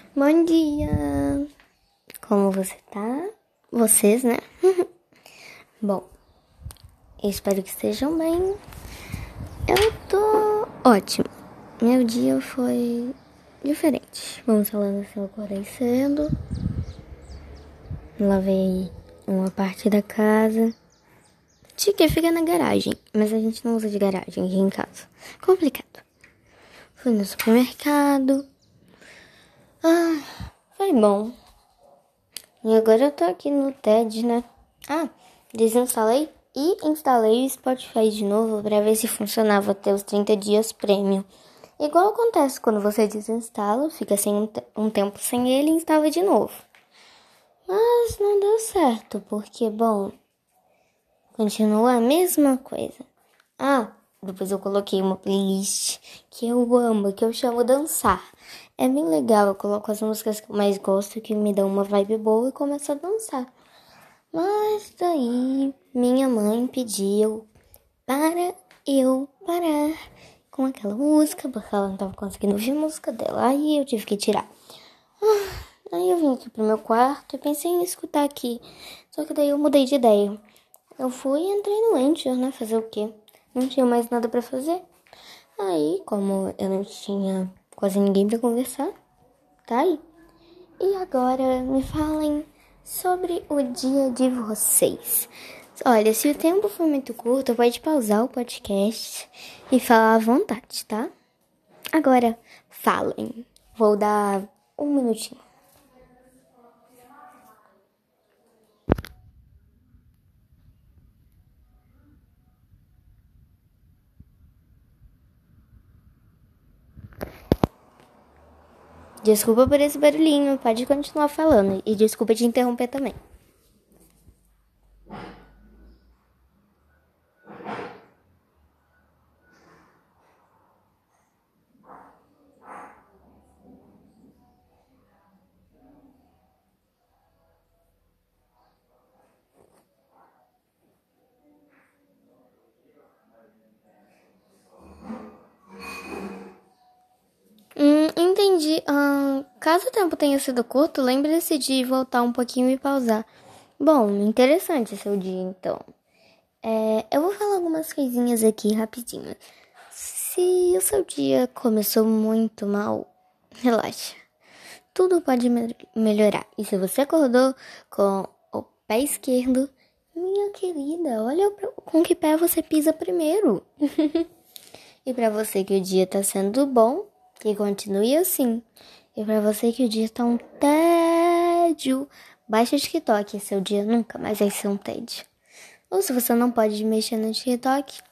Bom dia! Como você tá? Vocês, né? Bom, eu espero que estejam bem. Eu tô ótimo. Meu dia foi diferente. Vamos falando assim, eu acordei cedo. Lavei uma parte da casa. Tique fica na garagem, mas a gente não usa de garagem aqui em casa. Complicado. Fui no supermercado. Foi bom. E agora eu tô aqui no TED, né? Desinstalei e instalei o Spotify de novo pra ver se funcionava até os 30 dias prêmio. Igual acontece quando você desinstala, fica sem um tempo sem ele e instala de novo. Mas não deu certo, porque, bom, continua a mesma coisa. Depois eu coloquei uma playlist que eu amo, que eu chamo Dançar. É bem legal, eu coloco as músicas que eu mais gosto, que me dão uma vibe boa e começo a dançar. Mas daí minha mãe pediu para eu parar com aquela música, porque ela não tava conseguindo ouvir a música dela. Aí eu tive que tirar. Aí eu vim aqui pro meu quarto e pensei em escutar aqui. Só que daí eu mudei de ideia. Eu fui e entrei no Anchor, né? Fazer o quê? Não tinha mais nada pra fazer. Aí, como eu não tinha quase ninguém pra conversar, tá aí. E agora me falem sobre o dia de vocês. Olha, se o tempo for muito curto, pode pausar o podcast e falar à vontade, tá? Agora, falem. Vou dar um minutinho. Desculpa por esse barulhinho, pode continuar falando. E desculpa te interromper também. Entendi. Caso o tempo tenha sido curto, lembre-se de voltar um pouquinho e pausar. Bom, interessante seu dia, então. Eu vou falar algumas coisinhas aqui rapidinho. Se o seu dia começou muito mal, relaxa. Tudo pode melhorar. E se você acordou com o pé esquerdo, minha querida, olha com que pé você pisa primeiro. E pra você que o dia tá sendo bom, que continue assim. E pra você que o dia tá um tédio, baixa o TikTok, seu dia nunca mais vai ser um tédio. Ou se você não pode mexer no TikTok,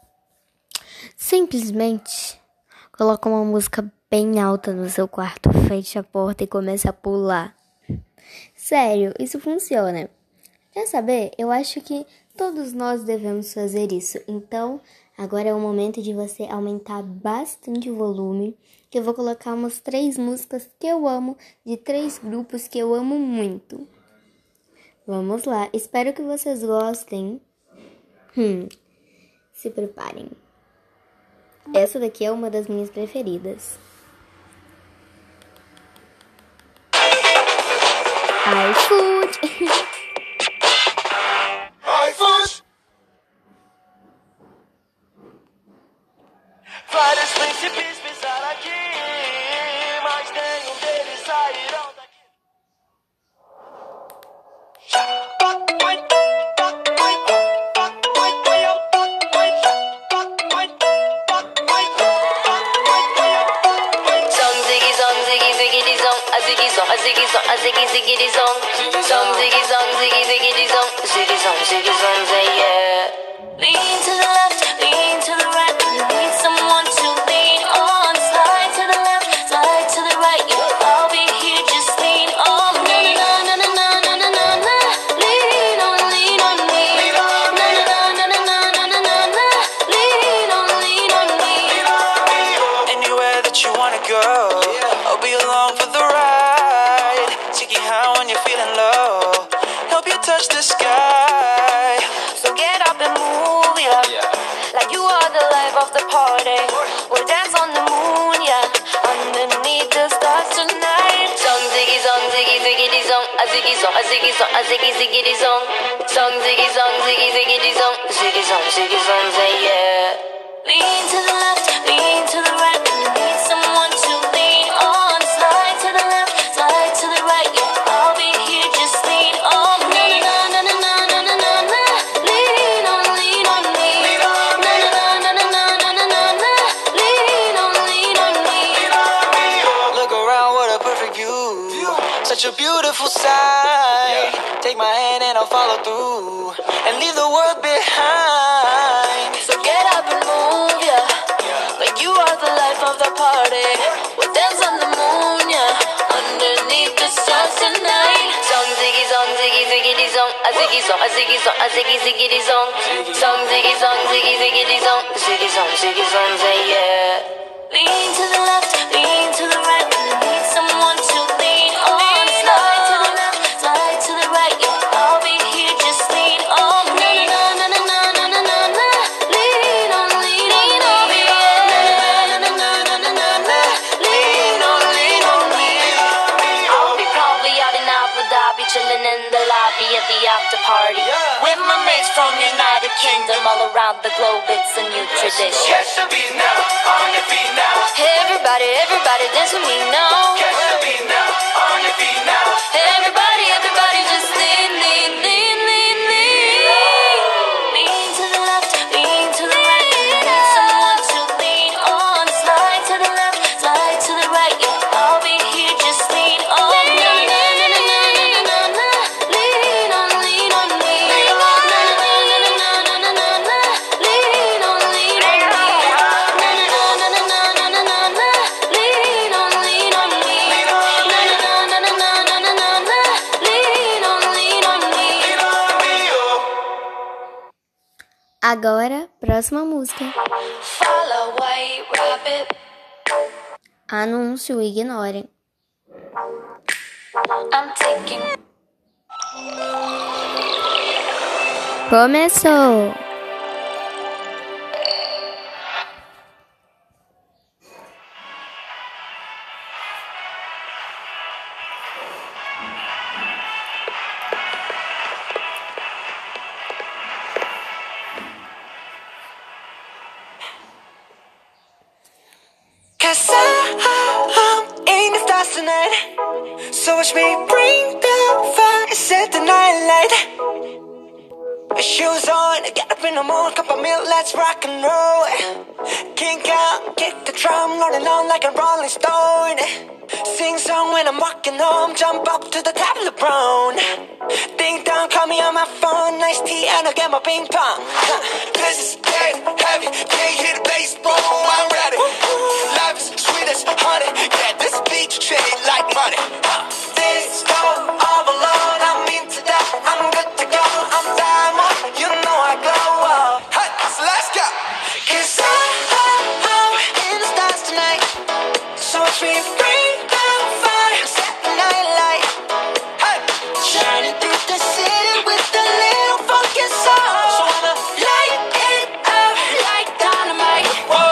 simplesmente coloca uma música bem alta no seu quarto, feche a porta e comece a pular. Sério, isso funciona. Quer saber? Eu acho que todos nós devemos fazer isso. Então, agora é o momento de você aumentar bastante o volume, que eu vou colocar umas 3 músicas que eu amo, de 3 grupos que eu amo muito. Vamos lá, espero que vocês gostem. Se preparem. Essa daqui é uma das minhas preferidas. iFood. iFood. Vários príncipes pisaram aqui, mas nenhum deles sairão daqui. A ziggy zong, a ziggy ziggity zong, zong ziggy zong, ziggy ziggity zong, ziggy zong, say yeah. Lean to the left, lean to the right. You need someone to lean on. Slide to the left, slide to the right. Yeah, I'll be here, just lean on me. Na na na na na na na na. Lean on me. Na na na na na na na na. Lean on me. Anywhere that you wanna go, I'll be along for the ride. How when you're feeling low, help you touch the sky. So get up and move, yeah. Like you are the life of the party. We'll dance on the moon, yeah. Underneath the stars tonight. So a ziggy zong, a ziggy zong, a ziggy ziggity zong. Zong ziggy zong, ziggy ziggity zong, ziggy zong, say yeah. Lean to the left, lean to the right. You need someone to lean on. Slide to the left, slide to the right. Yeah, I'll be here, just lean on me. Na na na na na na na na. Lean on me. Na na na na na na na na. Lean on me. Look around, what a perfect view. Such a beautiful sight. Take my hand and I'll follow through and leave the world behind. So get up and move, yeah. Like you are the life of the party. We'll dance on the moon, yeah. Underneath the stars tonight. Song ziggy zong, ziggy ziggity zong, a ziggy zong, a ziggy zong, a ziggy ziggity zong. Song ziggy zong, ziggy ziggity zong, ziggy zong, say yeah. Lean to the left, lean to the right. You need someone to lean on. Slide to the left, slide to the right. Yeah, I'll be here, just lean on me. Na na na na na na na na. Lean on me. Na na na na na na na. Lean on me. I'll be probably out in Abu Dhabi, chilling in the lobby at the after party with my mates from United Kingdom, all around the globe. It's a new tradition. Catch the beat now, on your feet now. Everybody, everybody dance with me now. Catch the beat now, on your feet now. Everybody, everybody just lean, lean, lean, lean, lean. Lean to the left, lean to the right. You need someone to lean on. Slide to the left, slide to the right. Yeah, I'll be here, just lean on. Na na na na na na na na. Lean on me. Na na na na na na na na. Lean on me. Na na na na na na na na. Lean on me. Na na na na na na na. Lean on me. Agora, próxima música. Follow white rabbit. Anúncio, ignorem. I'm taking. Começou! Cause I'm in the stars tonight. So watch me bring the fire and set the night light. Shoes on, get up in the morning, cup of milk, let's rock and roll. Kink out, kick the drum, rolling on like a rolling stone. Sing song when I'm walking home, jump up to the top of the brown. Ding dong, call me on my phone, nice tea and I'll get my ping pong. This is dead heavy, can't hear the bass, boom, I'm ready. Life is sweet as honey, yeah, this beat treat like money. This go all alone, I'm into that, I'm good to go, I'm diamond, you know I glow. Hey, so let's go. Cause I'm in the stars tonight, so watch me bring down fire, set the night light. Hey, shining through the city with a little funky soul. So I'ma light it up like dynamite.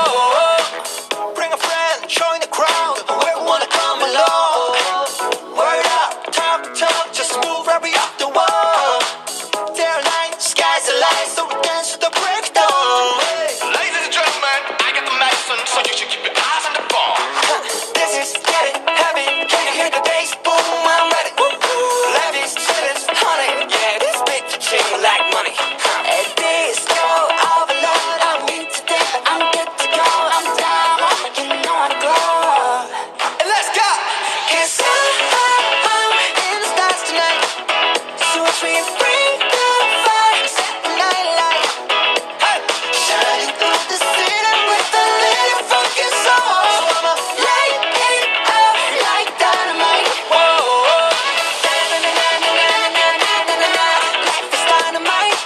Whoa, bring a friend, join the crowd, whoever wanna come along. Word up, talk to talk, just move right up the wall. Day or night, sky's the light, so we dance to the break of dawn. Ladies and gentlemen, I got the medicine, so you should keep your eyes on the ball. This is getting heavy, can you hear the bass? Boom, I'm ready. Life is sweet as honey, yeah, this beat to chill like money. And this go overload, I'm into that, I'm good to go, I'm down, you know I'm glow. And let's go! Cause I'm in the stars tonight, so watch me bring the fire, set the night light. Hey, shining through the city with a little funky soul. So I'ma light it up like dynamite. Whoa, na-na-na-na-na-na-na-na-na-na. Life is dynamite.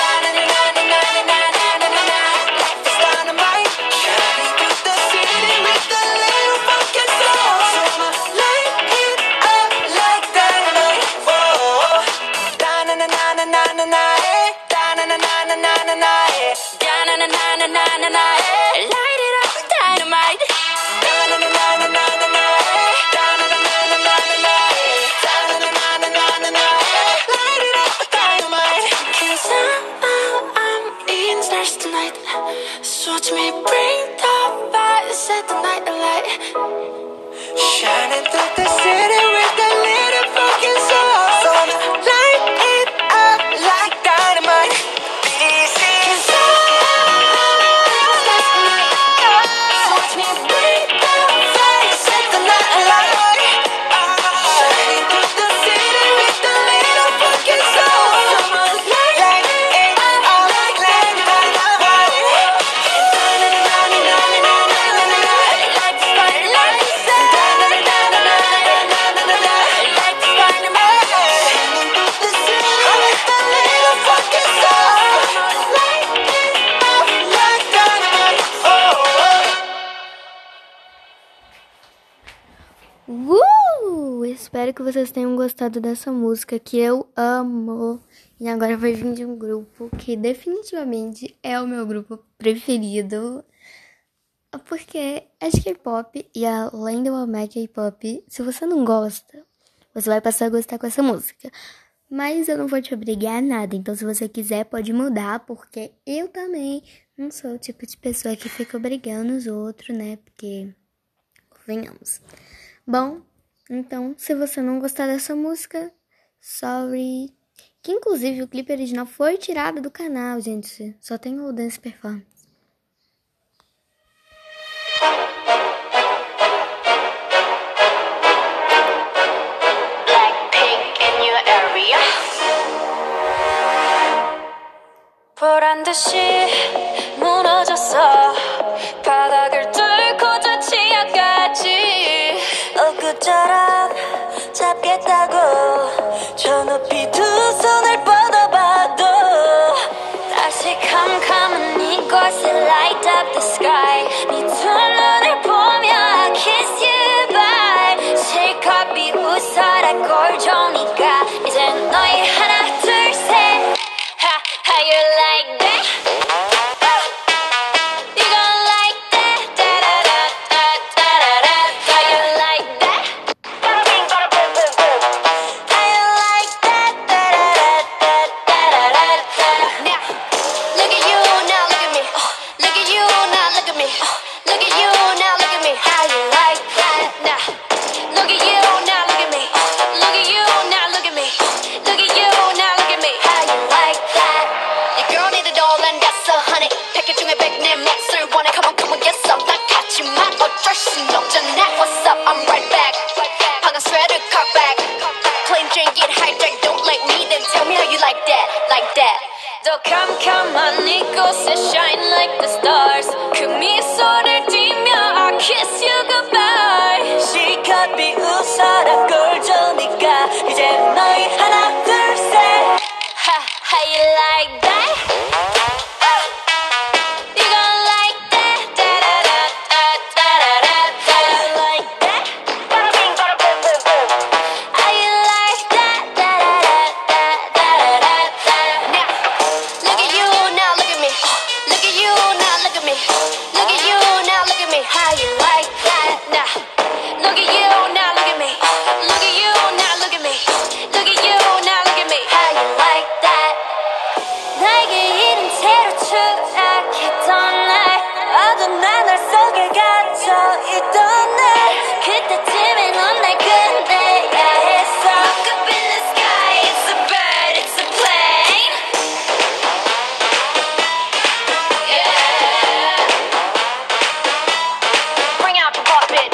Na-na-na-na-na-na-na-na-na. Life is dynamite. Shining through the city with a little funky soul. So I'ma light it up like dynamite. Whoa, da-na-na-na-na-na-na, eh. Da-na-na-na-na-na-na, eh. Da-na-na-na-na-na-na. Light it up, dynamite. Da-na-na-na-na-na-na, eh. Da-na-na-na-na-na-na, eh. Da-na-na-na-na-na-na. Running through the city with a little fucking soul. So I'ma light it up like dynamite. This is so watch me bring the fire, set the night alight. Running through the city with a little fucking soul. So I'ma light it up like dynamite. Espero que vocês tenham gostado dessa música que eu amo. E agora vai vir de um grupo que definitivamente é o meu grupo preferido. Porque é de K-pop e além de eu amar K-pop, se você não gosta, você vai passar a gostar com essa música. Mas eu não vou te obrigar a nada, então se você quiser pode mudar, porque eu também não sou o tipo de pessoa que fica obrigando os outros, né? Porque, convenhamos. Bom, então se você não gostar dessa música, sorry. Que inclusive o clipe original foi tirado do canal, gente. Só tem o Dance Performance. Blackpink in your area. 보란 듯이 무너졌어. 바닥을 뚫고 저 지하까지. 엊그처럼 잡겠다고 저 높이 두 손을 뻗어봐도 다시 캄캄한 이곳에 light up the sky. 네 두 눈을 보며 I kiss you bye. 실컷 비웃어라 꼴좋으니까 이제 너희 하나 둘 셋. How you like that? You gon' like that? Da-da-da-da-da-da-da. How you like that? Bada bing, bada boom, boom, boom. How you like that? Da-da-da-da-da-da-da. Now, look at you, now look at me. Look at you, now look at me. Look at you, now look at me. How you like that? Now, look at you, now look at me. Look at you, now look at me. Look at you, now look at me. How you like that? Your girl needed all and that's 100. 패킷 중에 100 내 몫을 원해. Come on, get some. 난 같지만 어쩔 순 없잖아. What's up? I'm right back. 방금 sweater cut back. Plain drink it hijack. Don't like me, then tell me how you like that, like that. 더 캄캄한 이곳에 shine like the stars. 그 미소를 띠며 I kiss you goodbye. 실컷 비웃어라 꼴좋으니까 이제 너희 하나 둘 셋. How you like that? You gon' like that? Da-da-da-da-da-da-da. How you like that? Bada bing, bada boom, boom, boom. How you like that? Da-da-da-da-da-da-da. Now, look at you, now look at me. Look at you, now look at me. Look at you, now look at me. How you like that? Now, look at you, now look at me. Look at you, now look at me. Look at you, now look at me. How you like that? 나에게 이른 채로 추락했던 날 어두운 하늘 속에 갇혀 있던 날 그때쯤에 넌 날 끝내야 했어. Look up in the sky, it's a bird, it's a plane. Yeah. Bring out the boss, bitch.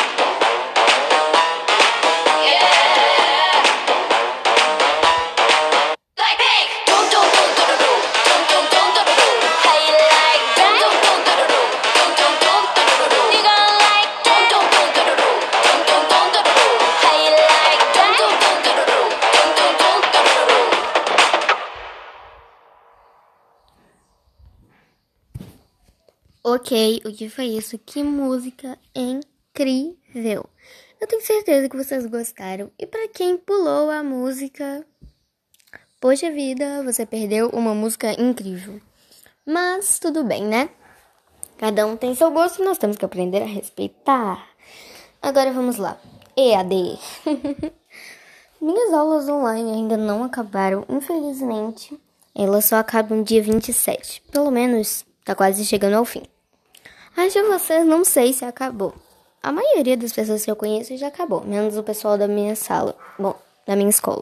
Yeah. Like pink. Dum dum dum dum dum dum dum dum dum dum. How you like that? Dum dum dum dum dum dum dum dum dum. You gon' like that? Dum dum dum dum dum dum dum dum dum. How you like that? Dum dum dum dum dum dum dum dum dum. Ok, o que foi isso? Que música incrível! Eu tenho certeza que vocês gostaram. E pra quem pulou a música, poxa vida, você perdeu uma música incrível. Mas tudo bem, né? Cada um tem seu gosto e nós temos que aprender a respeitar. Agora vamos lá. EAD. Minhas aulas online ainda não acabaram, infelizmente. Elas só acabam dia 27. Pelo menos tá quase chegando ao fim. Ai, de vocês, não sei se acabou. a maioria das pessoas que eu conheço já acabou, menos o pessoal da minha sala, da minha escola.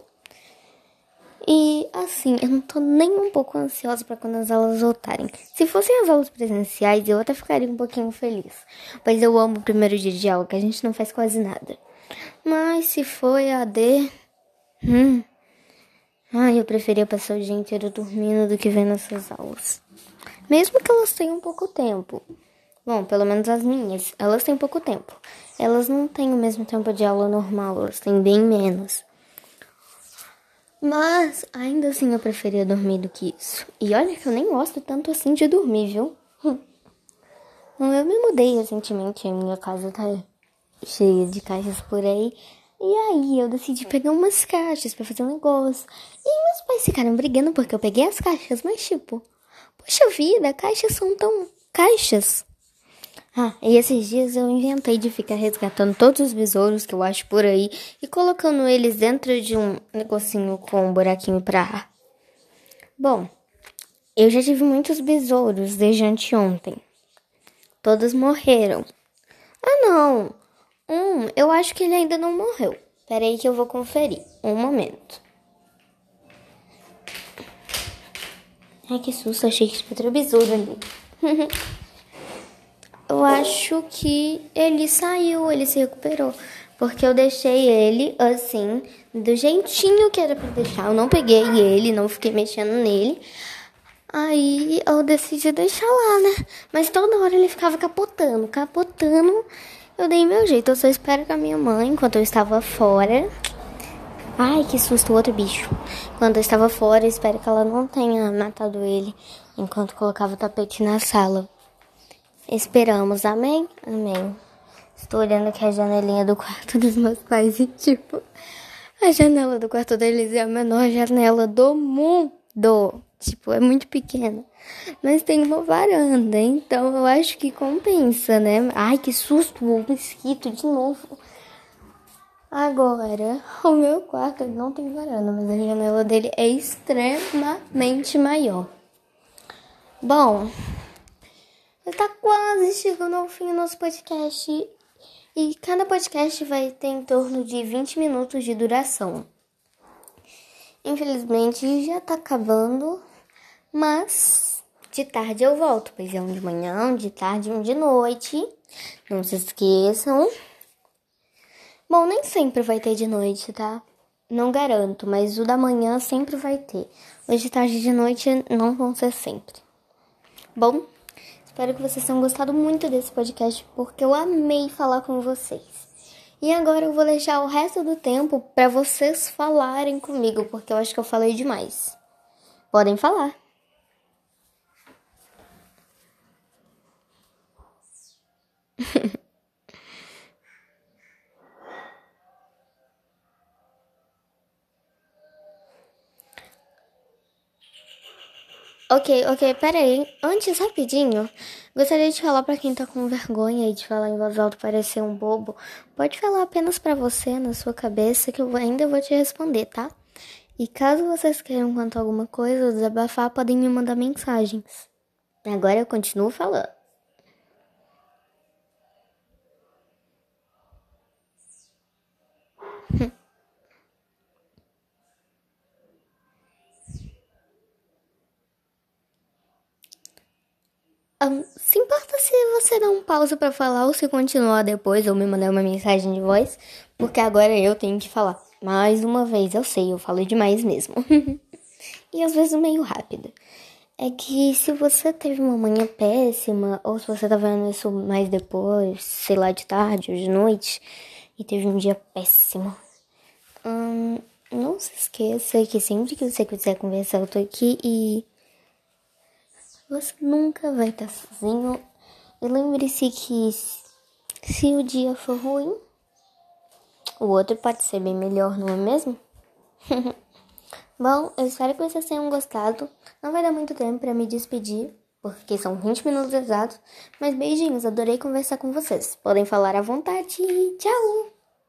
E assim, eu não tô nem um pouco ansiosa pra quando as aulas voltarem. Se fossem as aulas presenciais, eu até ficaria um pouquinho feliz, pois eu amo o primeiro dia de aula, que a gente não faz quase nada. Mas se for EAD, eu preferia passar o dia inteiro dormindo do que vendo essas aulas. Mesmo que elas tenham pouco tempo. Bom, pelo menos as minhas, elas têm pouco tempo. Elas não têm o mesmo tempo de aula normal, elas têm bem menos. Mas, ainda assim, eu preferia dormir do que isso. E olha que eu nem gosto tanto assim de dormir, viu? Eu me mudei recentemente, a minha casa tá cheia de caixas por aí. E aí, eu decidi pegar umas caixas pra fazer um negócio. E meus pais ficaram brigando porque eu peguei as caixas, mas tipo... Poxa vida, caixas são tão... caixas. E esses dias eu inventei de ficar resgatando todos os besouros que eu acho por aí e colocando eles dentro de um negocinho com um buraquinho pra ar. Bom, eu já tive muitos besouros desde anteontem. Todos morreram. Não. Eu acho que ele ainda não morreu. Peraí que eu vou conferir. Um momento. Ai, que susto. Achei que tinha outro besouro ali. Eu acho que ele saiu, ele se recuperou. Porque eu deixei ele assim, do jeitinho que era pra deixar. Eu não peguei ele, não fiquei mexendo nele. Aí eu decidi deixar lá, né? Mas toda hora ele ficava capotando. Eu dei meu jeito. Eu só espero que a minha mãe, enquanto eu estava fora... Ai, que susto, outro bicho. Quando eu estava fora, eu espero que ela não tenha matado ele enquanto colocava o tapete na sala. Esperamos, amém? Amém. Estou olhando aqui a janelinha do quarto dos meus pais e, tipo, a janela do quarto deles é a menor janela do mundo. Tipo, é muito pequena. Mas tem uma varanda, então eu acho que compensa, né? Ai, que susto, o mosquito de novo. Agora, o meu quarto ele não tem varanda, mas a janela dele é extremamente maior. Bom... Tá quase chegando ao fim do nosso podcast. E cada podcast vai ter em torno de 20 minutos de duração. Infelizmente já tá acabando. Mas de tarde eu volto. Pois é um de manhã, um de tarde e um de noite. Não se esqueçam. Bom, nem sempre vai ter de noite, tá? Não garanto, mas o da manhã sempre vai ter. Os de tarde e de noite não vão ser sempre. Bom... Espero que vocês tenham gostado muito desse podcast, porque eu amei falar com vocês. E agora eu vou deixar o resto do tempo para vocês falarem comigo, porque eu acho que eu falei demais. Podem falar. Ok, peraí. Antes, rapidinho, gostaria de falar pra quem tá com vergonha e de falar em voz alta parecer um bobo. Pode falar apenas pra você, na sua cabeça, que eu ainda vou te responder, tá? E caso vocês queiram contar alguma coisa ou desabafar, podem me mandar mensagens. Agora eu continuo falando. Se importa se você dar um pausa pra falar ou se continuar depois ou me mandar uma mensagem de voz, porque agora eu tenho que falar. Mais uma vez, eu sei, eu falo demais mesmo. E às vezes meio rápido. É que se você teve uma manhã péssima, ou se você tá vendo isso mais depois, sei lá, de tarde ou de noite, e teve um dia péssimo, não se esqueça que sempre que você quiser conversar, eu tô aqui e... Você nunca vai estar sozinho. E lembre-se que se o dia for ruim, o outro pode ser bem melhor, não é mesmo? Bom, eu espero que vocês tenham gostado. Não vai dar muito tempo para me despedir, porque são 20 minutos exatos. Mas beijinhos, adorei conversar com vocês. Podem falar à vontade. Tchau!